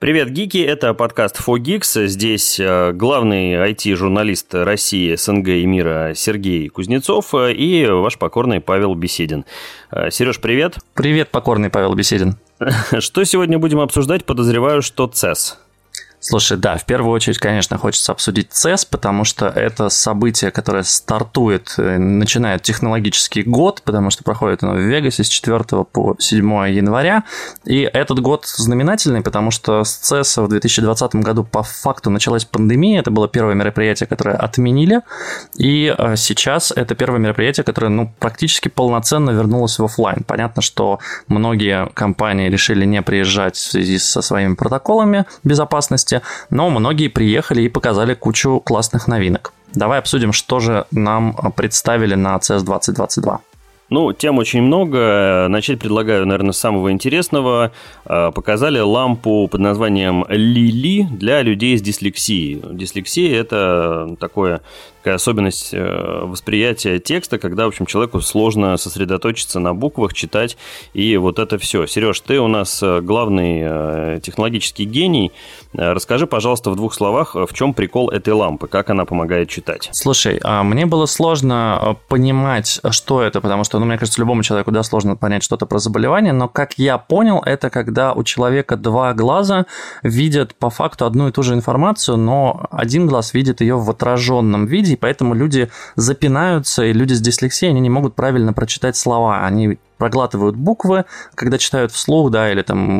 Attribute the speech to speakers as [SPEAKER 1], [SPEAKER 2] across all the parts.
[SPEAKER 1] Привет, гики! Это подкаст FoGeeks. Здесь главный IT-журналист России, СНГ и мира Сергей Кузнецов и ваш покорный Павел Беседин. Сереж, привет!
[SPEAKER 2] Привет, покорный Павел Беседин.
[SPEAKER 1] Что сегодня будем обсуждать? Подозреваю, что CES.
[SPEAKER 2] Слушай, да, в первую очередь, конечно, хочется обсудить CES, потому что это событие, которое стартует, начинает технологический год, потому что проходит оно в Вегасе с 4 по 7 января. И этот год знаменательный, потому что с CES в 2020 году по факту началась пандемия. Это было первое мероприятие, которое отменили. И сейчас это первое мероприятие, которое практически полноценно вернулось в офлайн. Понятно, что многие компании решили не приезжать в связи со своими протоколами безопасности, но многие приехали и показали кучу классных новинок. Давай обсудим, что же нам представили на CES 2022.
[SPEAKER 1] Тем очень много. Начать предлагаю, наверное, с самого интересного. Показали лампу под названием Lili для людей с дислексией. Дислексия – это такая особенность восприятия текста, когда, в общем, человеку сложно сосредоточиться на буквах, читать, и вот это все. Сереж, ты у нас главный технологический гений. Расскажи, пожалуйста, в двух словах, в чем прикол этой лампы, как она помогает читать.
[SPEAKER 2] Слушай, мне было сложно понимать, что это, потому что, мне кажется, любому человеку, сложно понять что-то про заболевание, но, как я понял, это когда у человека два глаза видят по факту одну и ту же информацию, но один глаз видит ее в отраженном виде, и поэтому люди запинаются, и люди с дислексией, они не могут правильно прочитать слова, они проглатывают буквы, когда читают вслух, или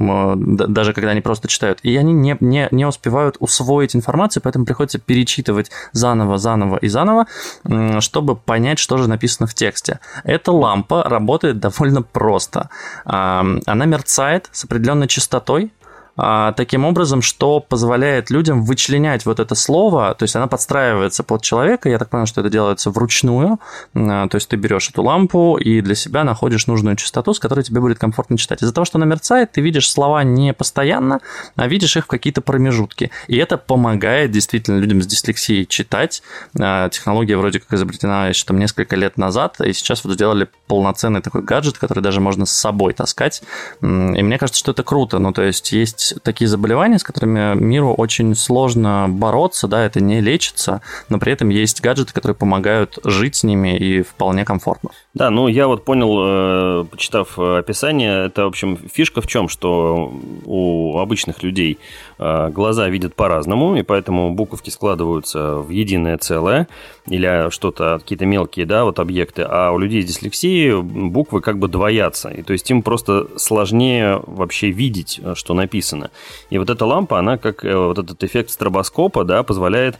[SPEAKER 2] даже когда они просто читают, и они не успевают усвоить информацию, поэтому приходится перечитывать заново и заново, чтобы понять, что же написано в тексте. Эта лампа работает довольно просто. Она мерцает с определенной частотой, таким образом, что позволяет людям вычленять вот это слово, то есть она подстраивается под человека, я так понял, что это делается вручную, то есть ты берешь эту лампу и для себя находишь нужную частоту, с которой тебе будет комфортно читать. Из-за того, что она мерцает, ты видишь слова не постоянно, а видишь их в какие-то промежутки, и это помогает действительно людям с дислексией читать. Технология вроде как изобретена еще несколько лет назад, и сейчас вот сделали полноценный такой гаджет, который даже можно с собой таскать, и мне кажется, что это круто, то есть такие заболевания, с которыми миру очень сложно бороться, это не лечится, но при этом есть гаджеты, которые помогают жить с ними и вполне комфортно.
[SPEAKER 1] Да, я вот понял, почитав описание, это, в общем, фишка в чем, что у обычных людей глаза видят по-разному, и поэтому буковки складываются в единое целое, или что-то, какие-то мелкие, объекты, а у людей с дислексией буквы как бы двоятся, и то есть им просто сложнее вообще видеть, что написано. И вот эта лампа, она как вот этот эффект стробоскопа, позволяет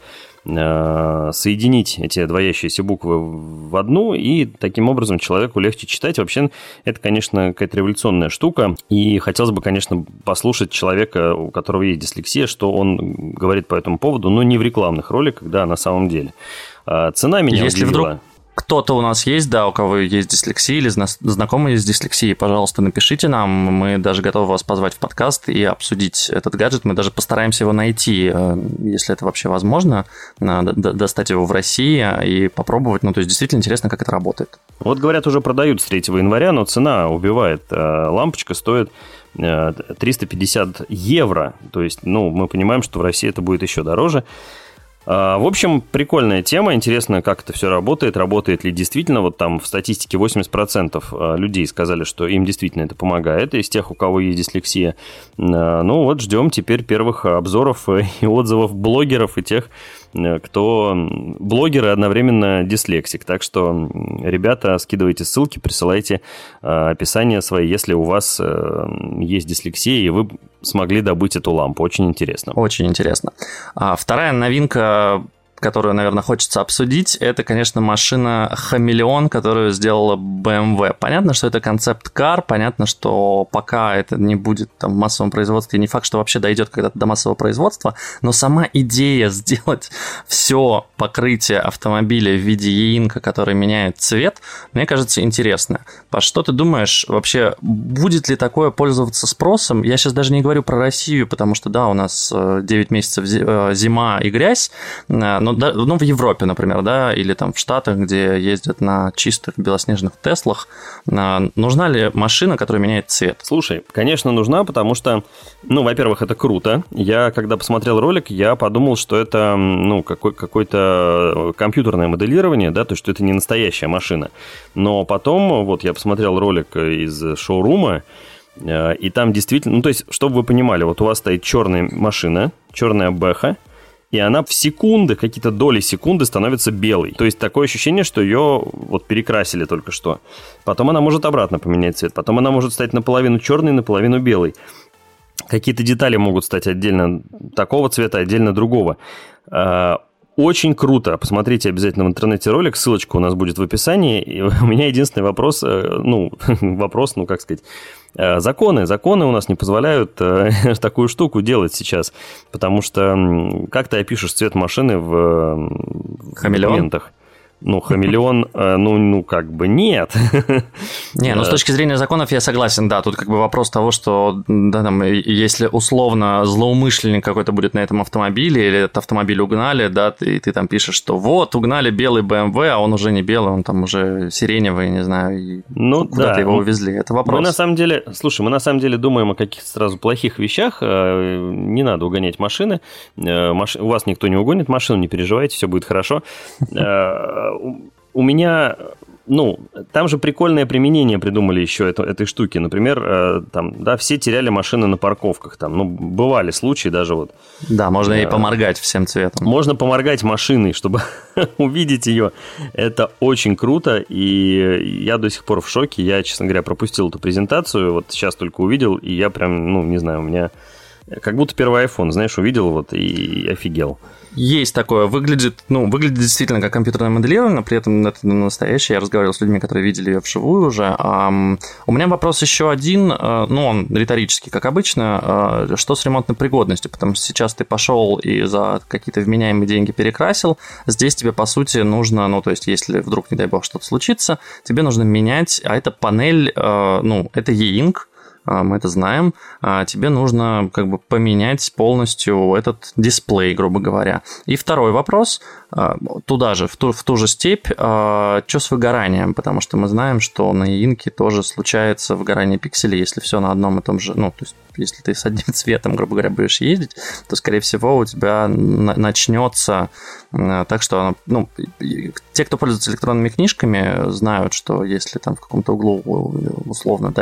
[SPEAKER 1] соединить эти двоящиеся буквы в одну, и таким образом человеку легче читать. Вообще, это, конечно, какая-то революционная штука, и хотелось бы, конечно, послушать человека, у которого есть дислексия, что он говорит по этому поводу, но не в рекламных роликах, на самом деле. Цена меня
[SPEAKER 2] Если
[SPEAKER 1] удивила.
[SPEAKER 2] Вдруг кто-то у нас есть, у кого есть дислексия или знакомые с дислексией, пожалуйста, напишите нам, мы даже готовы вас позвать в подкаст и обсудить этот гаджет, мы даже постараемся его найти, если это вообще возможно, достать его в России и попробовать, то есть действительно интересно, как это работает.
[SPEAKER 1] Вот, говорят, уже продают с 3 января, но цена убивает, лампочка стоит 350 евро, то есть, мы понимаем, что в России это будет еще дороже. В общем, прикольная тема, интересно, как это все работает, работает ли действительно, вот там в статистике 80% людей сказали, что им действительно это помогает, из тех, у кого есть дислексия. Ждем теперь первых обзоров и отзывов блогеров и тех, кто блогер и одновременно дислексик. Так что, ребята, скидывайте ссылки, присылайте описания свои, если у вас есть дислексия, и вы смогли добыть эту лампу. Очень интересно.
[SPEAKER 2] Очень интересно. Вторая новинка, которую, наверное, хочется обсудить, это, конечно, машина «Хамелеон», которую сделала BMW. Понятно, что это концепт-кар, понятно, что пока это не будет в массовом производстве, не факт, что вообще дойдет когда-то до массового производства, но сама идея сделать все покрытие автомобиля в виде яинка, который меняет цвет, мне кажется, интересно. Паш, что ты думаешь, вообще будет ли такое пользоваться спросом? Я сейчас даже не говорю про Россию, потому что, у нас 9 месяцев зима и грязь, но ну, в Европе, например, да, или там в Штатах, где ездят на чистых белоснежных Теслах, нужна ли машина, которая меняет цвет?
[SPEAKER 1] Слушай, конечно, нужна, потому что, ну, во-первых, это круто. Я, когда посмотрел ролик, я подумал, что это, ну, какое-то компьютерное моделирование, да, то есть, что это не настоящая машина. Но потом, вот, я посмотрел ролик из шоурума, и там действительно, ну, то есть, чтобы вы понимали, вот у вас стоит черная машина, черная бэха, и она в секунды, какие-то доли секунды становится белой. То есть, такое ощущение, что ее вот перекрасили только что. Потом она может обратно поменять цвет, потом она может стать наполовину черной, наполовину белой. Какие-то детали могут стать отдельно такого цвета, отдельно другого. Очень круто. Посмотрите обязательно в интернете ролик. Ссылочка у нас будет в описании. И у меня единственный вопрос, как сказать, законы. Законы у нас не позволяют такую штуку делать сейчас. Потому что как ты опишешь цвет машины в документах? Ну, хамелеон, как бы нет.
[SPEAKER 2] Не, ну, с точки зрения законов я согласен, да, тут как бы вопрос того, что, да, там, если условно злоумышленник какой-то будет на этом автомобиле, или этот автомобиль угнали, да, и ты там пишешь, что вот, угнали белый BMW, а он уже не белый, он там уже сиреневый, не знаю, и куда-то его увезли, это вопрос.
[SPEAKER 1] Мы на самом деле думаем о каких-то сразу плохих вещах, не надо угонять машины, у вас никто не угонит машину, не переживайте, все будет хорошо. У меня, там же прикольное применение придумали еще этой штуки. Например, там, да, все теряли машины на парковках. Там, бывали случаи даже вот.
[SPEAKER 2] Да, можно и поморгать всем цветом.
[SPEAKER 1] Можно поморгать машиной, чтобы увидеть ее. Это очень круто, и я до сих пор в шоке. Я, честно говоря, пропустил эту презентацию, вот сейчас только увидел, и я прям, не знаю, у меня как будто первый iPhone, знаешь, увидел вот и офигел.
[SPEAKER 2] Есть такое, выглядит действительно как компьютерное моделирование, но при этом это настоящее. Я разговаривал с людьми, которые видели ее вживую уже. У меня вопрос еще один, он риторический, как обычно. Что с ремонтной пригодностью? Потому что сейчас ты пошел и за какие-то вменяемые деньги перекрасил. Здесь тебе, по сути, нужно, то есть, если вдруг, не дай бог, что-то случится, тебе нужно менять, а эта панель, это E-Ink, мы это знаем, тебе нужно как бы поменять полностью этот дисплей, грубо говоря. И второй вопрос, туда же, в ту же степь, что с выгоранием, потому что мы знаем, что на E-Ink тоже случается выгорание пикселей, если все на одном и том же, то есть если ты с одним цветом, грубо говоря, будешь ездить, то, скорее всего, у тебя начнется так, что, те, кто пользуется электронными книжками, знают, что если там в каком-то углу условно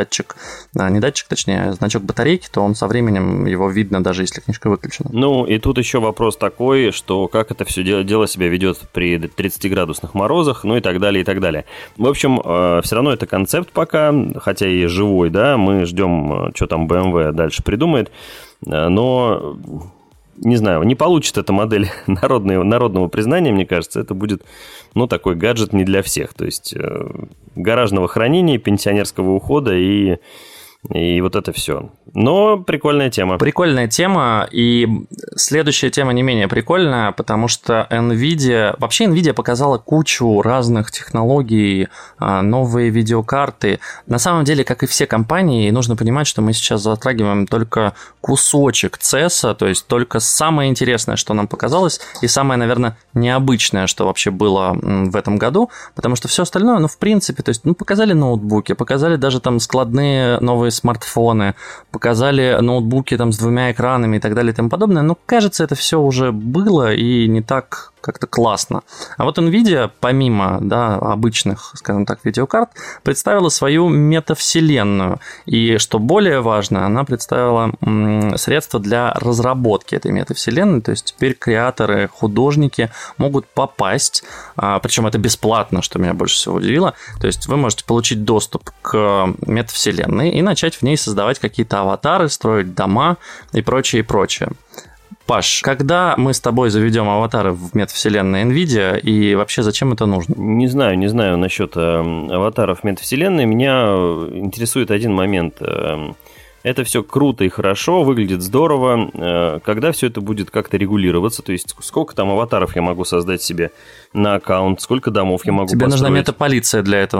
[SPEAKER 2] значок батарейки, то он со временем, его видно, даже если книжка выключена.
[SPEAKER 1] И тут еще вопрос такой, что как это все дело себя ведет при 30-градусных морозах, и так далее, и так далее. В общем, все равно это концепт пока, хотя и живой, да, мы ждем, что там BMW дальше придумает, но не знаю, не получит эта модель народного признания, мне кажется, это будет, такой гаджет не для всех, то есть гаражного хранения, пенсионерского ухода и вот это все. Но прикольная тема.
[SPEAKER 2] Прикольная тема, и следующая тема не менее прикольная, потому что NVIDIA показала кучу разных технологий, новые видеокарты. На самом деле, как и все компании, нужно понимать, что мы сейчас затрагиваем только кусочек CES, то есть только самое интересное, что нам показалось, и самое, наверное, необычное, что вообще было в этом году, потому что все остальное, в принципе, то есть, показали ноутбуки, показали даже там складные новые смартфоны, показали ноутбуки там с 2 экранами и так далее и тому подобное, но кажется, это все уже было и не так как-то классно. А вот NVIDIA, помимо обычных, скажем так, видеокарт, представила свою метавселенную. И, что более важно, она представила средства для разработки этой метавселенной. То есть теперь креаторы, художники могут попасть, причем это бесплатно, что меня больше всего удивило. То есть вы можете получить доступ к метавселенной и начать в ней создавать какие-то аватары, строить дома и прочее, и прочее. Паш, когда мы с тобой заведем аватары в метавселенной NVIDIA, и вообще зачем это нужно?
[SPEAKER 1] Не знаю насчет аватаров метавселенной. Меня интересует один момент. Это все круто и хорошо, выглядит здорово. Когда все это будет как-то регулироваться, то есть сколько там аватаров я могу создать себе на аккаунт, сколько домов я могу построить?
[SPEAKER 2] Тебе нужна метаполиция для этого.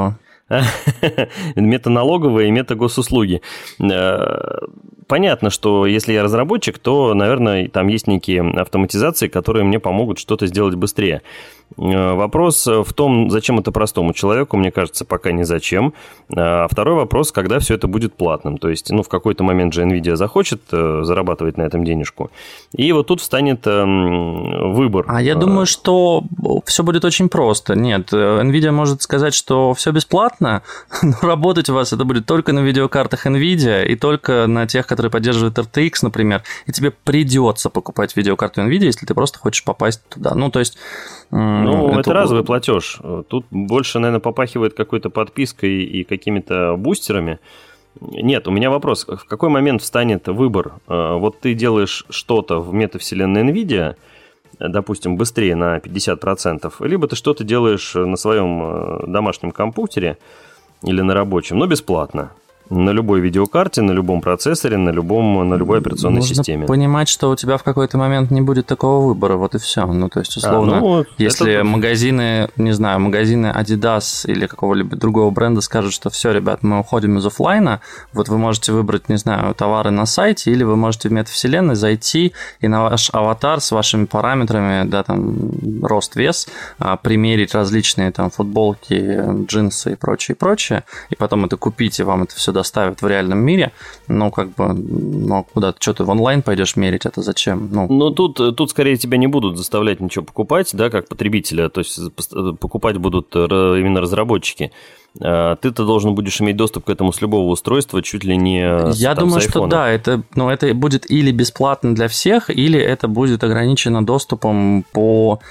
[SPEAKER 1] Метаналоговые и метагосуслуги. Понятно, что если я разработчик, то, наверное, там есть некие автоматизации, которые мне помогут что-то сделать быстрее. Вопрос в том, зачем это простому человеку, мне кажется, пока не зачем. А второй вопрос, когда все это будет платным. То есть, в какой-то момент же NVIDIA захочет зарабатывать на этом денежку. И вот тут встанет выбор.
[SPEAKER 2] А я думаю, что все будет очень просто. Нет, NVIDIA может сказать, что все бесплатно, но работать у вас это будет только на видеокартах NVIDIA и только на тех, которые поддерживают RTX, например. И тебе придется покупать видеокарту NVIDIA, если ты просто хочешь попасть туда. То есть...
[SPEAKER 1] это разовый платеж. Тут больше, наверное, попахивает какой-то подпиской и какими-то бустерами. Нет, у меня вопрос. В какой момент встанет выбор? Вот ты делаешь что-то в метавселенной NVIDIA, допустим, быстрее на 50%, либо ты что-то делаешь на своем домашнем компьютере или на рабочем, но бесплатно. На любой видеокарте, на любом процессоре, на любой операционной системе.
[SPEAKER 2] Нужно понимать, что у тебя в какой-то момент не будет такого выбора, вот и все. То есть, условно, если магазины Adidas или какого-либо другого бренда скажут, что все, ребят, мы уходим из офлайна, вот вы можете выбрать, не знаю, товары на сайте, или вы можете в метавселенной зайти и на ваш аватар с вашими параметрами, да, там, рост, вес, примерить различные там футболки, джинсы и прочее, и потом это купить, и вам это все доставят в реальном мире, куда-то, что ты в онлайн пойдешь мерить, это зачем?
[SPEAKER 1] Тут скорее тебя не будут заставлять ничего покупать, да, как потребителя, то есть покупать будут именно разработчики. Ты-то должен будешь иметь доступ к этому с любого устройства, чуть ли не
[SPEAKER 2] Я думаю, что да, это будет или бесплатно для всех, или это будет ограничено доступом по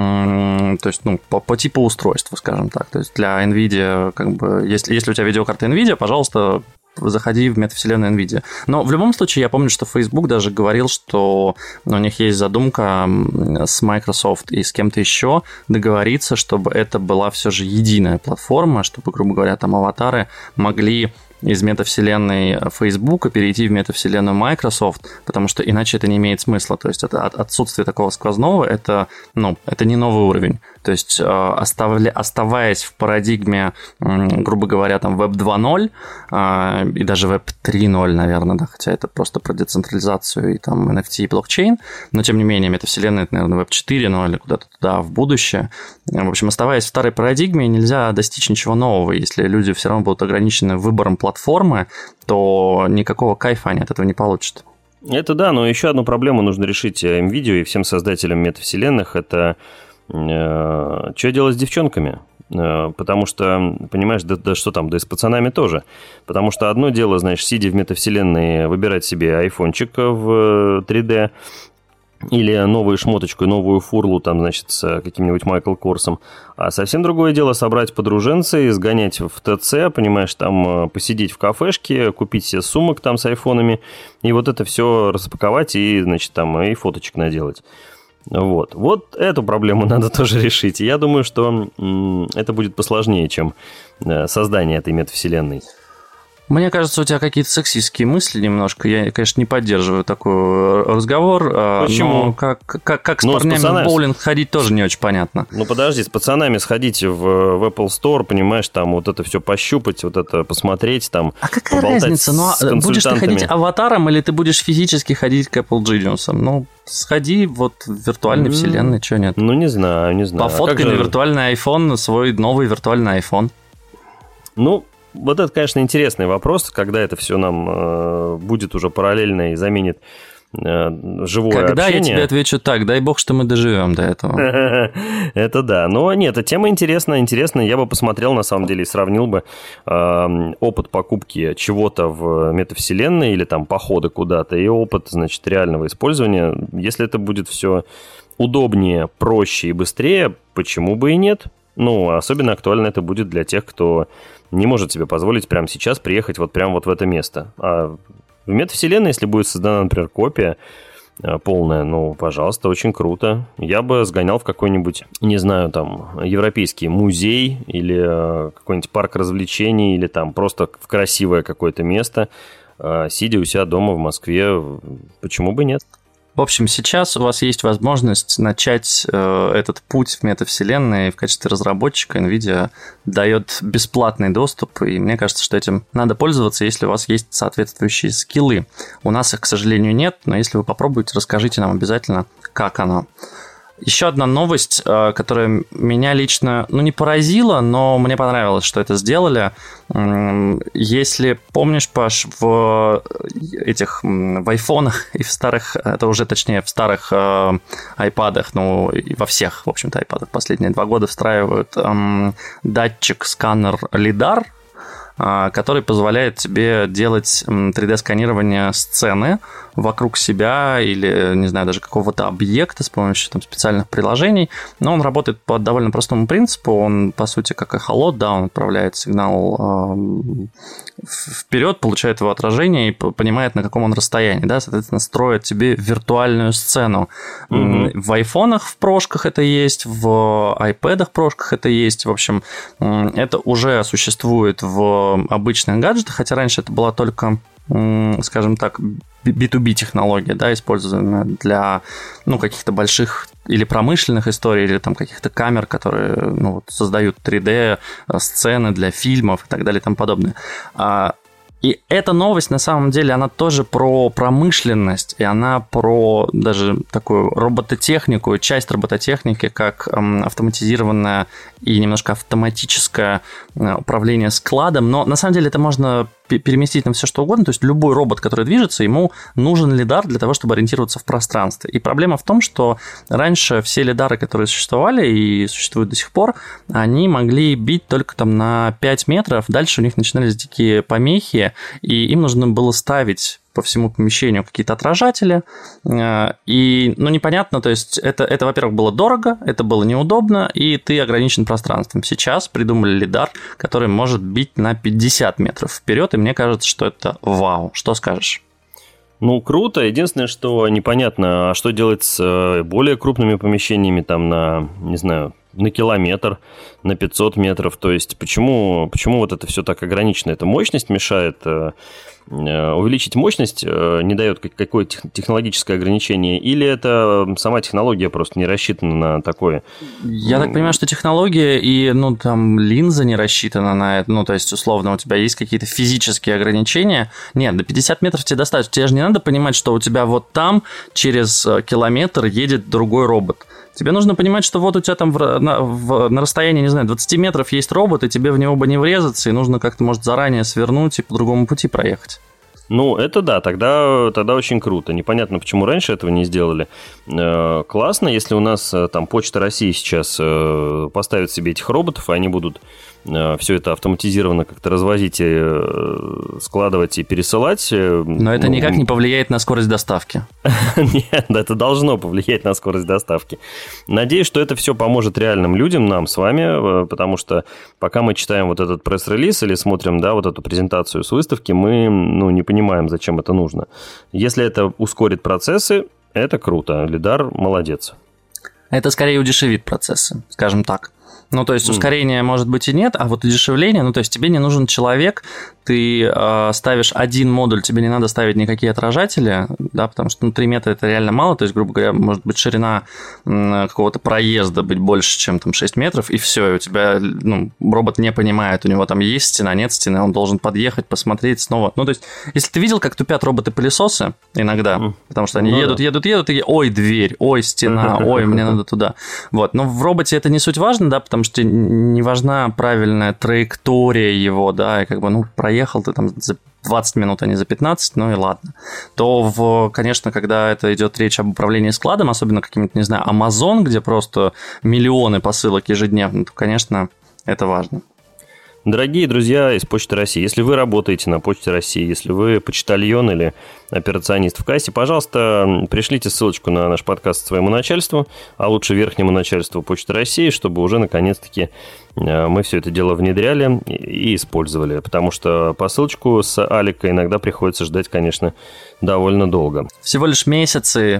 [SPEAKER 2] типу устройства, скажем так. То есть для NVIDIA, если у тебя видеокарта NVIDIA, пожалуйста, заходи в метавселенную NVIDIA. Но в любом случае, я помню, что Facebook даже говорил, что у них есть задумка с Microsoft и с кем-то еще договориться, чтобы это была все же единая платформа, чтобы, грубо говоря, там аватары могли из метавселенной Facebook перейти в метавселенную Microsoft, потому что иначе это не имеет смысла. То есть это отсутствие такого сквозного, это не новый уровень. То есть оставаясь в парадигме, грубо говоря, там Web 2.0 и даже Web 3.0, наверное, да, хотя это просто про децентрализацию и там NFT и блокчейн, но тем не менее метавселенная это, наверное, Web 4.0 или куда-то туда в будущее. В общем, оставаясь в старой парадигме, нельзя достичь ничего нового. Если люди все равно будут ограничены выбором платформы, то никакого кайфа они от этого не получат.
[SPEAKER 1] Это да, но еще одну проблему нужно решить NVIDIA и всем создателям метавселенных, это что делать с девчонками? Потому что, понимаешь, да что там, да и с пацанами тоже. Потому что одно дело, знаешь, сидя в метавселенной, выбирать себе айфончик в 3D, или новую шмоточку, новую фурлу, там, значит, с каким-нибудь Майкл Корсом. А совсем другое дело собрать подруженцы, сгонять в ТЦ, понимаешь, там посидеть в кафешке, купить себе сумок там с айфонами, и вот это все распаковать и, значит, там и фоточек наделать. Вот эту проблему надо тоже решить. И я думаю, что это будет посложнее, чем создание этой метавселенной.
[SPEAKER 2] Мне кажется, у тебя какие-то сексистские мысли немножко. Я, конечно, не поддерживаю такой разговор.
[SPEAKER 1] Почему?
[SPEAKER 2] Но как с парнями в боулинг ходить, тоже не очень понятно.
[SPEAKER 1] Подожди, с пацанами сходить в Apple Store, понимаешь, там вот это все пощупать, вот это посмотреть, там.
[SPEAKER 2] А какая разница? Будешь ты ходить аватаром или ты будешь физически ходить к Apple Genius? Сходи в виртуальной вселенной, что нет?
[SPEAKER 1] Не знаю.
[SPEAKER 2] Пофоткай на виртуальный iPhone свой новый виртуальный iPhone.
[SPEAKER 1] Вот это, конечно, интересный вопрос, когда это все нам будет уже параллельно и заменит живое
[SPEAKER 2] когда
[SPEAKER 1] общение.
[SPEAKER 2] Я тебе отвечу так, дай бог, что мы доживем до этого.
[SPEAKER 1] Это да. Но нет, эта тема интересная. Я бы посмотрел, на самом деле, и сравнил бы опыт покупки чего-то в метавселенной или там похода куда-то и опыт, значит, реального использования. Если это будет все удобнее, проще и быстрее, почему бы и нет? Особенно актуально это будет для тех, кто не может себе позволить прямо сейчас приехать прямо в это место. А в метавселенной, если будет создана, например, копия полная, пожалуйста, очень круто. Я бы сгонял в какой-нибудь, не знаю, там, европейский музей или какой-нибудь парк развлечений, или там просто в красивое какое-то место, сидя у себя дома в Москве. Почему бы нет?
[SPEAKER 2] В общем, сейчас у вас есть возможность начать этот путь в метавселенной. В качестве разработчика NVIDIA дает бесплатный доступ, и мне кажется, что этим надо пользоваться, если у вас есть соответствующие скиллы. У нас их, к сожалению, нет, но если вы попробуете, расскажите нам обязательно, как оно. Еще одна новость, которая меня лично, не поразила, но мне понравилось, что это сделали. Если помнишь, Паш, в айфонах и в старых, это уже точнее в старых айпадах, и во всех, в общем-то, айпадах последние 2 года встраивают датчик-сканер LiDAR, который позволяет тебе делать 3D-сканирование сцены вокруг себя или, не знаю, даже какого-то объекта с помощью специальных приложений. Но он работает по довольно простому принципу. Он, по сути, как эхолот, да, он отправляет сигнал вперед, получает его отражение и понимает, на каком он расстоянии, да, соответственно, строит тебе виртуальную сцену. В айфонах в прошках это есть, в айпэдах в прошках это есть. В общем, это уже существует в обычных гаджетах, хотя раньше это была только, скажем так, B2B технология, да, используемая для, каких-то больших или промышленных историй, или каких-то камер, которые, создают 3D сцены для фильмов и так далее и тому подобное. И эта новость, на самом деле, она тоже про промышленность, и она про даже такую робототехнику, часть робототехники, как автоматизированное и немножко автоматическое управление складом. Но, на самом деле, это можно переместить на все что угодно. То есть любой робот, который движется, ему нужен лидар для того, чтобы ориентироваться в пространстве. И проблема в том, что раньше все лидары, которые существовали и существуют до сих пор, они могли бить только на 5 метров. Дальше у них начинались дикие помехи, и им нужно было ставить по всему помещению какие-то отражатели, и, непонятно, то есть это, во-первых, было дорого, это было неудобно, и ты ограничен пространством. Сейчас придумали лидар, который может бить на 50 метров вперед, и мне кажется, что это вау. Что скажешь?
[SPEAKER 1] Круто. Единственное, что непонятно, а что делать с более крупными помещениями, на, не знаю, на километр, на 500 метров. То есть почему вот это все так ограничено? Это мощность мешает? Увеличить мощность не дает какое-то технологическое ограничение, или это сама технология просто не рассчитана на такое?
[SPEAKER 2] Я так понимаю, что технология и, линза не рассчитана на это, то есть, условно, у тебя есть какие-то физические ограничения. Нет, до 50 метров тебе достаточно. Тебе же не надо понимать, что у тебя вот там через километр едет другой робот. Тебе нужно понимать, что вот у тебя на расстоянии, не знаю, 20 метров есть робот, и тебе в него бы не врезаться, и нужно как-то, может, заранее свернуть и по другому пути проехать.
[SPEAKER 1] Это да, тогда очень круто. Непонятно, почему раньше этого не сделали. Классно, если у нас Почта России сейчас поставит себе этих роботов, и они будут все это автоматизированно как-то развозить, и складывать и пересылать.
[SPEAKER 2] Но это никак не повлияет на скорость доставки.
[SPEAKER 1] Нет, это должно повлиять на скорость доставки. Надеюсь, что это все поможет реальным людям, нам с вами, потому что пока мы читаем вот этот пресс-релиз или смотрим, вот эту презентацию с выставки, мы, не понимаем, зачем это нужно. Если это ускорит процессы, это круто. Лидар молодец.
[SPEAKER 2] Это скорее удешевит процессы, скажем так. То есть ускорения, может быть, и нет, а вот удешевление, то есть тебе не нужен человек, ты ставишь один модуль, тебе не надо ставить никакие отражатели, да, потому что 3 метра это реально мало, то есть, грубо говоря, может быть ширина какого-то проезда быть больше, чем 6 метров, и все, и у тебя, робот не понимает, у него есть стена, нет стены, он должен подъехать, посмотреть снова. То есть, если ты видел, как тупят роботы-пылесосы иногда, потому что они едут, и ой, дверь, ой, стена, ой, мне надо туда. Вот, но в роботе это не суть важно, да, потому что не важна правильная траектория его, да, и проехал ты за 20 минут, а не за 15, и ладно. То, конечно, когда это идет речь об управлении складом, особенно каким-то, не знаю, Amazon, где просто миллионы посылок ежедневно, то, конечно, это важно.
[SPEAKER 1] Дорогие друзья из Почты России, если вы работаете на Почте России, если вы почтальон или операционист в кассе, пожалуйста, пришлите ссылочку на наш подкаст своему начальству, а лучше верхнему начальству Почты России, чтобы уже наконец-таки мы все это дело внедряли и использовали, потому что посылочку с Алика иногда приходится ждать, конечно, довольно долго.
[SPEAKER 2] Всего лишь месяцы,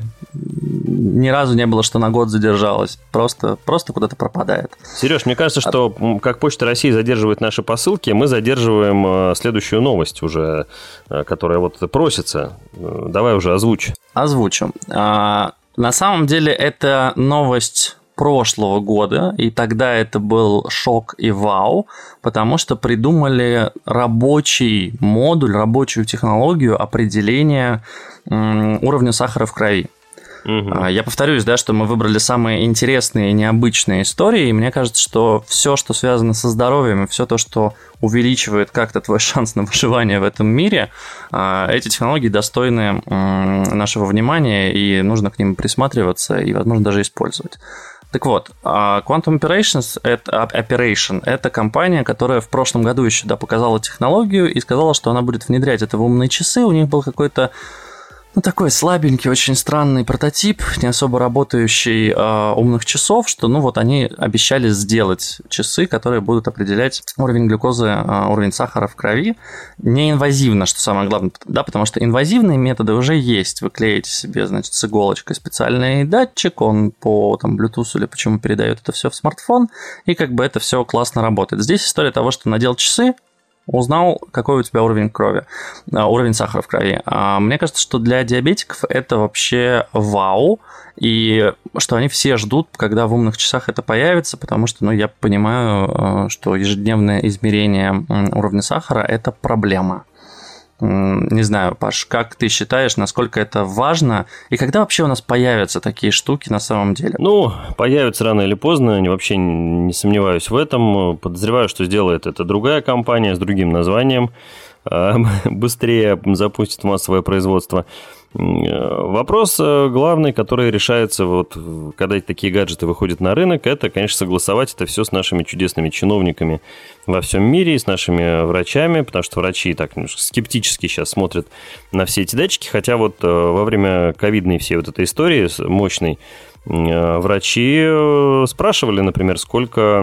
[SPEAKER 2] ни разу не было, что на год задержалось, просто куда-то пропадает.
[SPEAKER 1] Сереж, мне кажется, что как Почта России задерживает наши посылки, мы задерживаем следующую новость уже, которая просится. Давай уже озвучь.
[SPEAKER 2] Озвучу. На самом деле это новость прошлого года, и тогда это был шок и вау, потому что придумали рабочий модуль, рабочую технологию определения уровня сахара в крови. Я повторюсь, да, что мы выбрали самые интересные и необычные истории, и мне кажется, что все, что связано со здоровьем, и все то, что увеличивает как-то твой шанс на выживание в этом мире, эти технологии достойны нашего внимания, и нужно к ним присматриваться и, возможно, даже использовать. Так вот, Quantum Operation – это компания, которая в прошлом году еще показала технологию и сказала, что она будет внедрять это в умные часы. У них был какой-то такой слабенький, очень странный прототип, не особо работающий умных часов, что они обещали сделать часы, которые будут определять уровень глюкозы, уровень сахара в крови. Неинвазивно, что самое главное, да, потому что инвазивные методы уже есть. Вы клеите себе, значит, с иголочкой специальный датчик, он по Bluetooth или почему передает это все в смартфон, и это все классно работает. Здесь история того, что надел часы, узнал, какой у тебя уровень крови, уровень сахара в крови. Мне кажется, что для диабетиков это вообще вау, и что они все ждут, когда в умных часах это появится, потому что, я понимаю, что ежедневное измерение уровня сахара – это проблема. Не знаю, Паш, как ты считаешь, насколько это важно, и когда вообще у нас появятся такие штуки на самом деле?
[SPEAKER 1] Появятся рано или поздно, вообще не сомневаюсь в этом. Подозреваю, что сделает это другая компания с другим названием, быстрее запустит массовое производство. Вопрос главный, который решается, когда такие гаджеты выходят на рынок, это, конечно, согласовать это все с нашими чудесными чиновниками во всем мире и с нашими врачами, потому что врачи так немножко скептически сейчас смотрят на все эти датчики, хотя во время ковидной всей этой истории мощной врачи спрашивали, например, сколько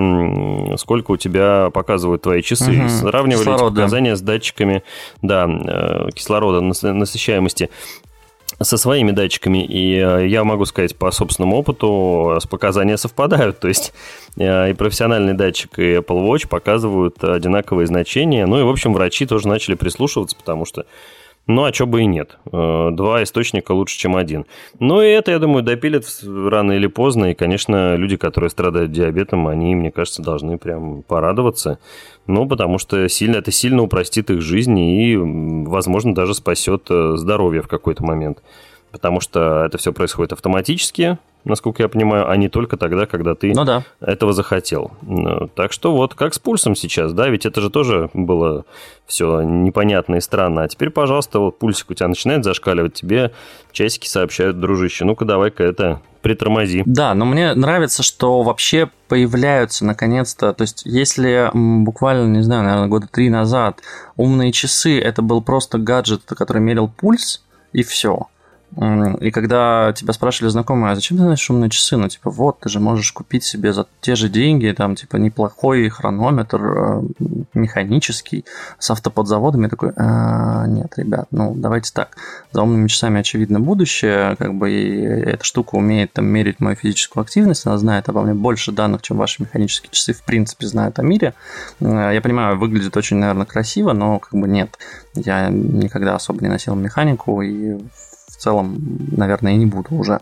[SPEAKER 1] у тебя показывают твои часы, сравнивали эти показания с датчиками кислорода, насыщаемости, со своими датчиками, и я могу сказать по собственному опыту, показания совпадают, то есть и профессиональный датчик, и Apple Watch показывают одинаковые значения, и, в общем, врачи тоже начали прислушиваться, потому что а чё бы и нет. Два источника лучше, чем один. И это, я думаю, допилят рано или поздно. И, конечно, люди, которые страдают диабетом, они, мне кажется, должны прям порадоваться. Потому что это сильно упростит их жизнь и, возможно, даже спасет здоровье в какой-то момент. Потому что это все происходит автоматически, насколько я понимаю, а не только тогда, когда ты этого захотел. Так что как с пульсом сейчас, да, ведь это же тоже было все непонятно и странно. А теперь, пожалуйста, пульсик у тебя начинает зашкаливать, тебе часики сообщают: дружище, ну-ка давай-ка притормози.
[SPEAKER 2] Да, но мне нравится, что вообще появляются наконец-то, то есть если буквально, не знаю, наверное, года 3 назад умные часы, это был просто гаджет, который мерил пульс, и все. И когда тебя спрашивали знакомые, а зачем ты знаешь умные часы? Ты же можешь купить себе за те же деньги, неплохой хронометр механический с автоподзаводами. Я такой, нет, ребят, давайте так. За умными часами, очевидно, будущее, и эта штука умеет мерить мою физическую активность, она знает обо мне больше данных, чем ваши механические часы, в принципе, знают о мире. Я понимаю, выглядит очень, наверное, красиво, но нет. Я никогда особо не носил механику, и в целом, наверное, и не буду уже.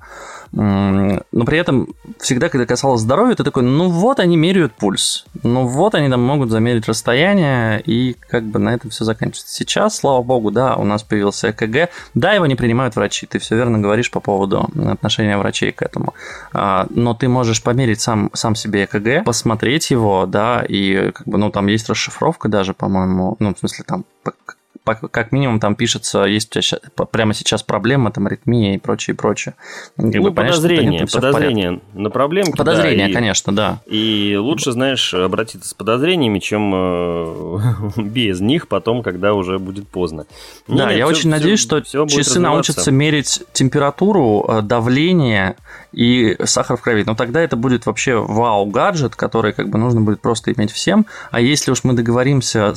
[SPEAKER 2] Но при этом всегда, когда касалось здоровья, ты такой, они меряют пульс. Они там могут замерить расстояние, и на этом все заканчивается. Сейчас, слава богу, да, у нас появился ЭКГ. Да, его не принимают врачи, ты все верно говоришь по поводу отношения врачей к этому. Но ты можешь померить сам себе ЭКГ, посмотреть его, да, и там есть расшифровка даже, по-моему, в смысле, там как минимум там пишется, есть у тебя прямо сейчас проблема, аритмия и прочее.
[SPEAKER 1] Подозрение на проблемки.
[SPEAKER 2] Подозрение, конечно, да.
[SPEAKER 1] И лучше, знаешь, обратиться с подозрениями, чем без них потом, когда уже будет поздно.
[SPEAKER 2] Я очень надеюсь, что часы научатся мерить температуру, давление и сахар в крови. Но тогда это будет вообще вау-гаджет, который нужно будет просто иметь всем. А если уж мы договоримся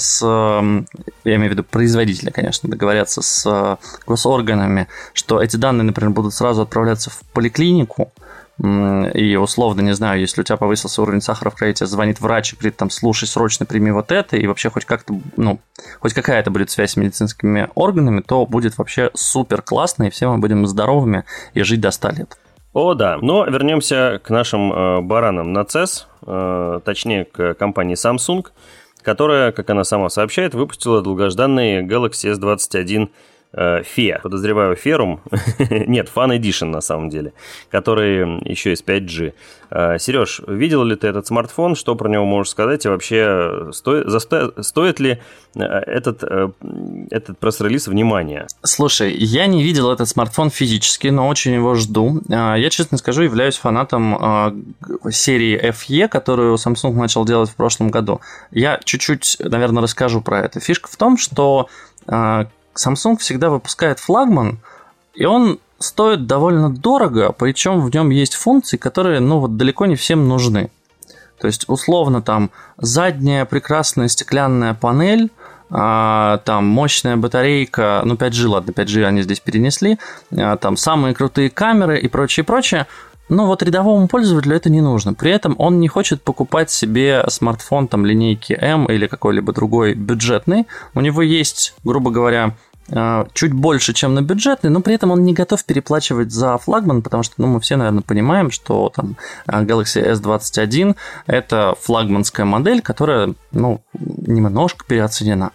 [SPEAKER 2] я имею в виду производители, конечно, договорятся с госорганами, что эти данные, например, будут сразу отправляться в поликлинику, и условно, не знаю, если у тебя повысился уровень сахара в крови, тебе звонит врач и говорит, там, слушай, срочно прими вот это, и вообще хоть как-то, хоть какая-то будет связь с медицинскими органами, то будет вообще супер классно, и все мы будем здоровыми и жить до 100 лет.
[SPEAKER 1] О, да. Но вернемся к нашим баранам на CES, точнее, к компании Samsung, которая, как она сама сообщает, выпустила долгожданный Galaxy S21 FE. Подозреваю, Ferrum. Нет, Fan Edition на самом деле, который еще из 5G. Сереж, видел ли ты этот смартфон? Что про него можешь сказать? И вообще, стоит ли этот пресс-релиз внимания?
[SPEAKER 2] Слушай, я не видел этот смартфон физически, но очень его жду. Я, честно скажу, являюсь фанатом серии FE, которую Samsung начал делать в прошлом году. Я чуть-чуть, наверное, расскажу про это. Фишка в том, что Samsung всегда выпускает флагман, и он стоит довольно дорого, причем в нем есть функции, которые, далеко не всем нужны. То есть, условно, там задняя прекрасная стеклянная панель, там мощная батарейка, 5G, ладно, 5G они здесь перенесли, там самые крутые камеры и прочее. Но рядовому пользователю это не нужно. При этом он не хочет покупать себе смартфон там линейки M или какой-либо другой бюджетный. У него есть, грубо говоря, чуть больше, чем на бюджетный, но при этом он не готов переплачивать за флагман, потому что мы все, наверное, понимаем, что там Galaxy S21 это флагманская модель, которая, немножко переоценена.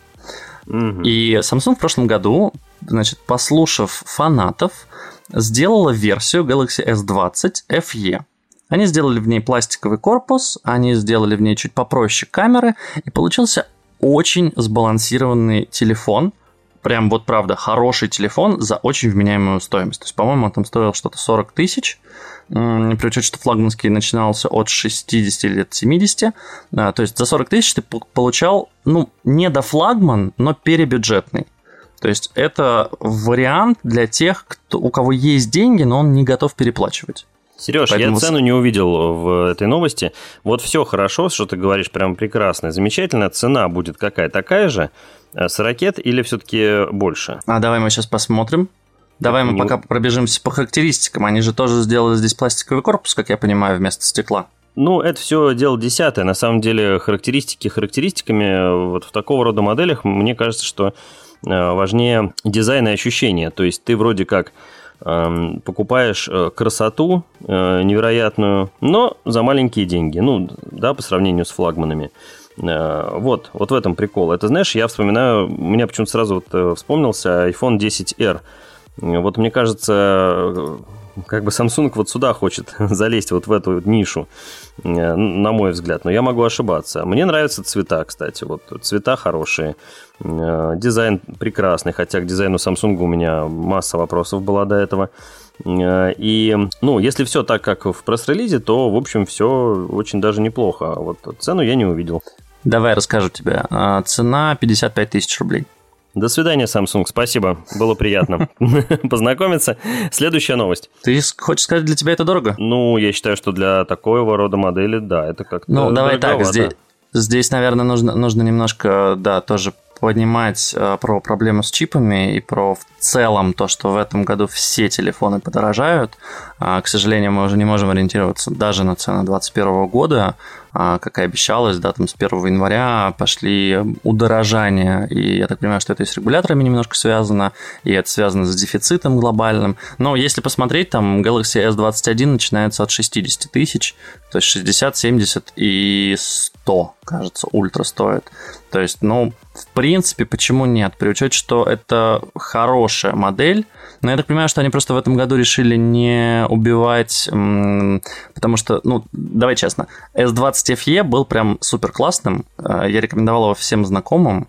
[SPEAKER 2] И Samsung в прошлом году, послушав фанатов, сделала версию Galaxy S20 FE. Они сделали в ней пластиковый корпус, они сделали в ней чуть попроще камеры, и получился очень сбалансированный телефон. Прям правда, хороший телефон за очень вменяемую стоимость. То есть, по-моему, он там стоил что-то 40 тысяч, при учете, что флагманский начинался от 60 или от 70. То есть, за 40 тысяч ты получал, не дофлагман, но перебюджетный. То есть, это вариант для тех, у кого есть деньги, но он не готов переплачивать.
[SPEAKER 1] Сереж, я цену не увидел в этой новости. Вот все хорошо, что ты говоришь, прям прекрасно, замечательно. Цена будет какая? Такая же с ракет или все-таки больше?
[SPEAKER 2] Давай мы сейчас посмотрим. Давай мы пока пробежимся по характеристикам. Они же тоже сделали здесь пластиковый корпус, как я понимаю, вместо стекла.
[SPEAKER 1] Это все дело десятое. На самом деле характеристиками в такого рода моделях, мне кажется, что важнее дизайн и ощущения. То есть ты вроде как покупаешь красоту невероятную, но за маленькие деньги, по сравнению с флагманами. Вот в этом прикол. Это, знаешь, я вспоминаю, у меня почему-то сразу вспомнился iPhone XR. Мне кажется, как бы Samsung сюда хочет залезть в эту нишу, на мой взгляд, но я могу ошибаться. Мне нравятся цвета, кстати, цвета хорошие, дизайн прекрасный, хотя к дизайну Samsung у меня масса вопросов была до этого. И, если все так, как в пресс-релизе, то, в общем, все очень даже неплохо. Цену я не увидел.
[SPEAKER 2] Давай расскажу тебе. Цена 55 тысяч рублей.
[SPEAKER 1] До свидания, Samsung. Спасибо. Было приятно познакомиться. Следующая новость.
[SPEAKER 2] Ты хочешь сказать, для тебя это дорого?
[SPEAKER 1] Я считаю, что для такого рода модели, да, это как-то
[SPEAKER 2] давай так, здесь, наверное, нужно немножко, тоже поднимать про проблему с чипами и про в целом то, что в этом году все телефоны подорожают. К сожалению, мы уже не можем ориентироваться даже на цены 2021 года, как и обещалось, там с 1 января пошли удорожания, и я так понимаю, что это и с регуляторами немножко связано, и это связано с дефицитом глобальным. Но если посмотреть, там Galaxy S21 начинается от 60 тысяч, то есть 60, 70 и 100, кажется, ультра стоит. То есть, в принципе, почему нет? При учете, что это хорошая модель, но я так понимаю, что они просто в этом году решили не убивать, потому что, давай честно, S20 FE был прям супер классным, я рекомендовал его всем знакомым.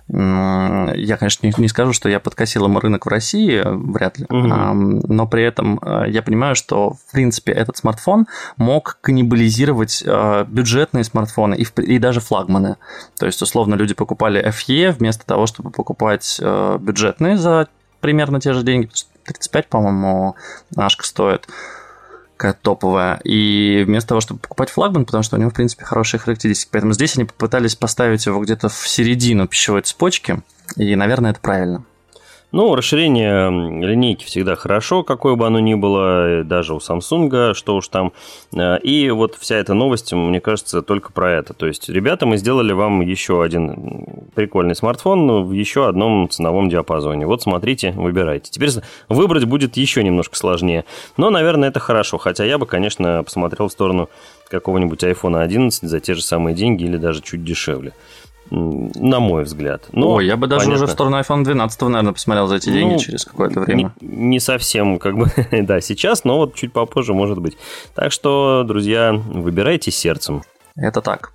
[SPEAKER 2] Я, конечно, не скажу, что я подкосил ему рынок в России, вряд ли, но при этом я понимаю, что, в принципе, этот смартфон мог каннибализировать бюджетные смартфоны и даже флагманы. То есть, условно, люди покупали FE вместо того, чтобы покупать бюджетные за примерно те же деньги, 35, по-моему, Ашка стоит, какая-то топовая, и вместо того, чтобы покупать флагман, потому что у него, в принципе, хорошие характеристики. Поэтому здесь они попытались поставить его где-то в середину пищевой цепочки, и, наверное, это правильно.
[SPEAKER 1] Ну, расширение линейки всегда хорошо, какое бы оно ни было, даже у Samsung, что уж там. И вот вся эта новость, мне кажется, только про это. То есть, ребята, мы сделали вам еще один прикольный смартфон в еще одном ценовом диапазоне. Вот смотрите, выбирайте. Теперь выбрать будет еще немножко сложнее. Но, наверное, это хорошо. Хотя я бы, конечно, посмотрел в сторону какого-нибудь iPhone 11 за те же самые деньги или даже чуть дешевле. На мой взгляд. Но,
[SPEAKER 2] я бы даже уже в сторону iPhone 12, наверное, посмотрел за эти деньги через какое-то время.
[SPEAKER 1] Не совсем, как бы, да, сейчас, но вот чуть попозже, может быть. Так что, друзья, выбирайте сердцем.
[SPEAKER 2] Это так.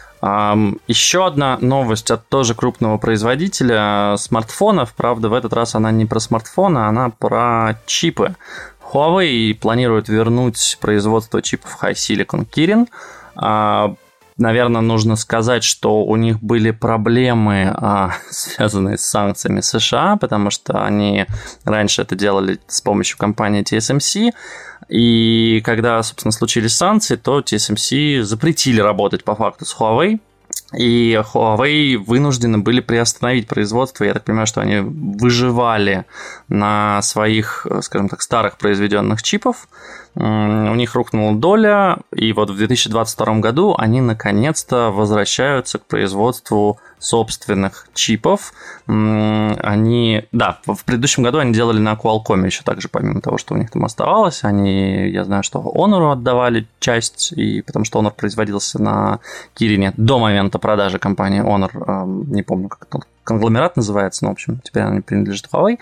[SPEAKER 2] Еще одна новость от тоже крупного производителя смартфонов. Правда, в этот раз она не про смартфоны, она про чипы. Huawei планирует вернуть производство чипов High Silicon Kirin. Наверное, нужно сказать, что у них были проблемы, связанные с санкциями США, потому что они раньше это делали с помощью компании TSMC, и когда, собственно, случились санкции, то TSMC запретили работать по факту с Huawei, и Huawei вынуждены были приостановить производство. Я так понимаю, что они выживали на своих, скажем так, старых произведенных чипов. У них рухнула доля, и вот в 2022 году они наконец-то возвращаются к производству собственных чипов. Они, да, в предыдущем году они делали на Qualcomm еще также, помимо того, что у них там оставалось. Я знаю, что Honor отдавали часть, и потому что Honor производился на Kirin до момента продажи компании Honor. Не помню, как это конгломерат называется, но, в общем, теперь она принадлежит Huawei.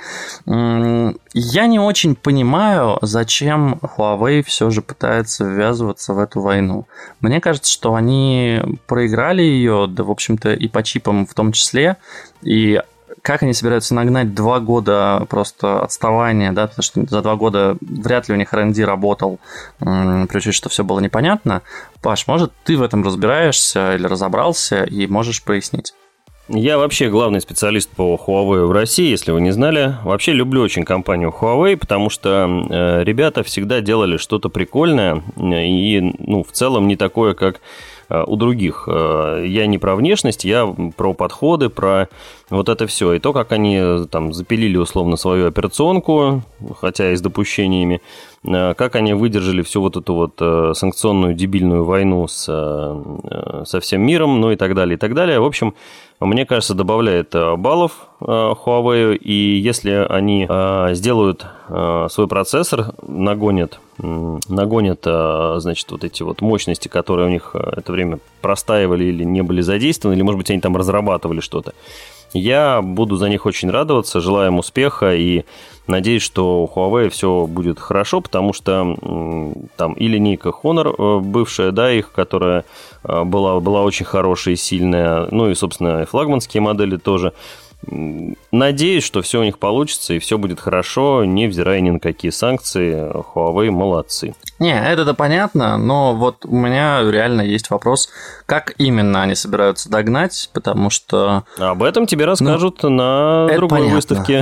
[SPEAKER 2] Я не очень понимаю, зачем Huawei все же пытается ввязываться в эту войну. Мне кажется, что они проиграли ее, да, в общем-то, и по чипам в том числе, и как они собираются нагнать 2 года просто отставания, да, потому что за 2 года вряд ли у них R&D работал, при учете, что все было непонятно. Паш, может, ты в этом разбираешься или разобрался и можешь прояснить?
[SPEAKER 1] Я вообще главный специалист по Huawei в России, если вы не знали. Вообще люблю очень компанию Huawei, потому что ребята всегда делали что-то прикольное и, в целом не такое, как у других. Я не про внешность, я про подходы, про вот это все. И то, как они там запилили условно свою операционку, хотя и с допущениями, как они выдержали всю вот эту вот санкционную дебильную войну со всем миром, ну и так далее, и так далее. В общем, мне кажется, добавляет баллов Huawei, и если они сделают свой процессор, нагонят, значит, вот эти вот мощности, которые у них это время простаивали или не были задействованы, или, может быть, они там разрабатывали что-то, я буду за них очень радоваться, желаю им успеха и надеюсь, что у Huawei все будет хорошо, потому что там и линейка Honor бывшая, да, их, которая была очень хорошая и сильная, ну и, собственно, и флагманские модели тоже. Надеюсь, что все у них получится и все будет хорошо, невзирая ни на какие санкции. Huawei молодцы.
[SPEAKER 2] Не, это-то понятно, но вот у меня реально есть вопрос, как именно они собираются догнать, потому что...
[SPEAKER 1] Об этом тебе расскажут на другой выставке.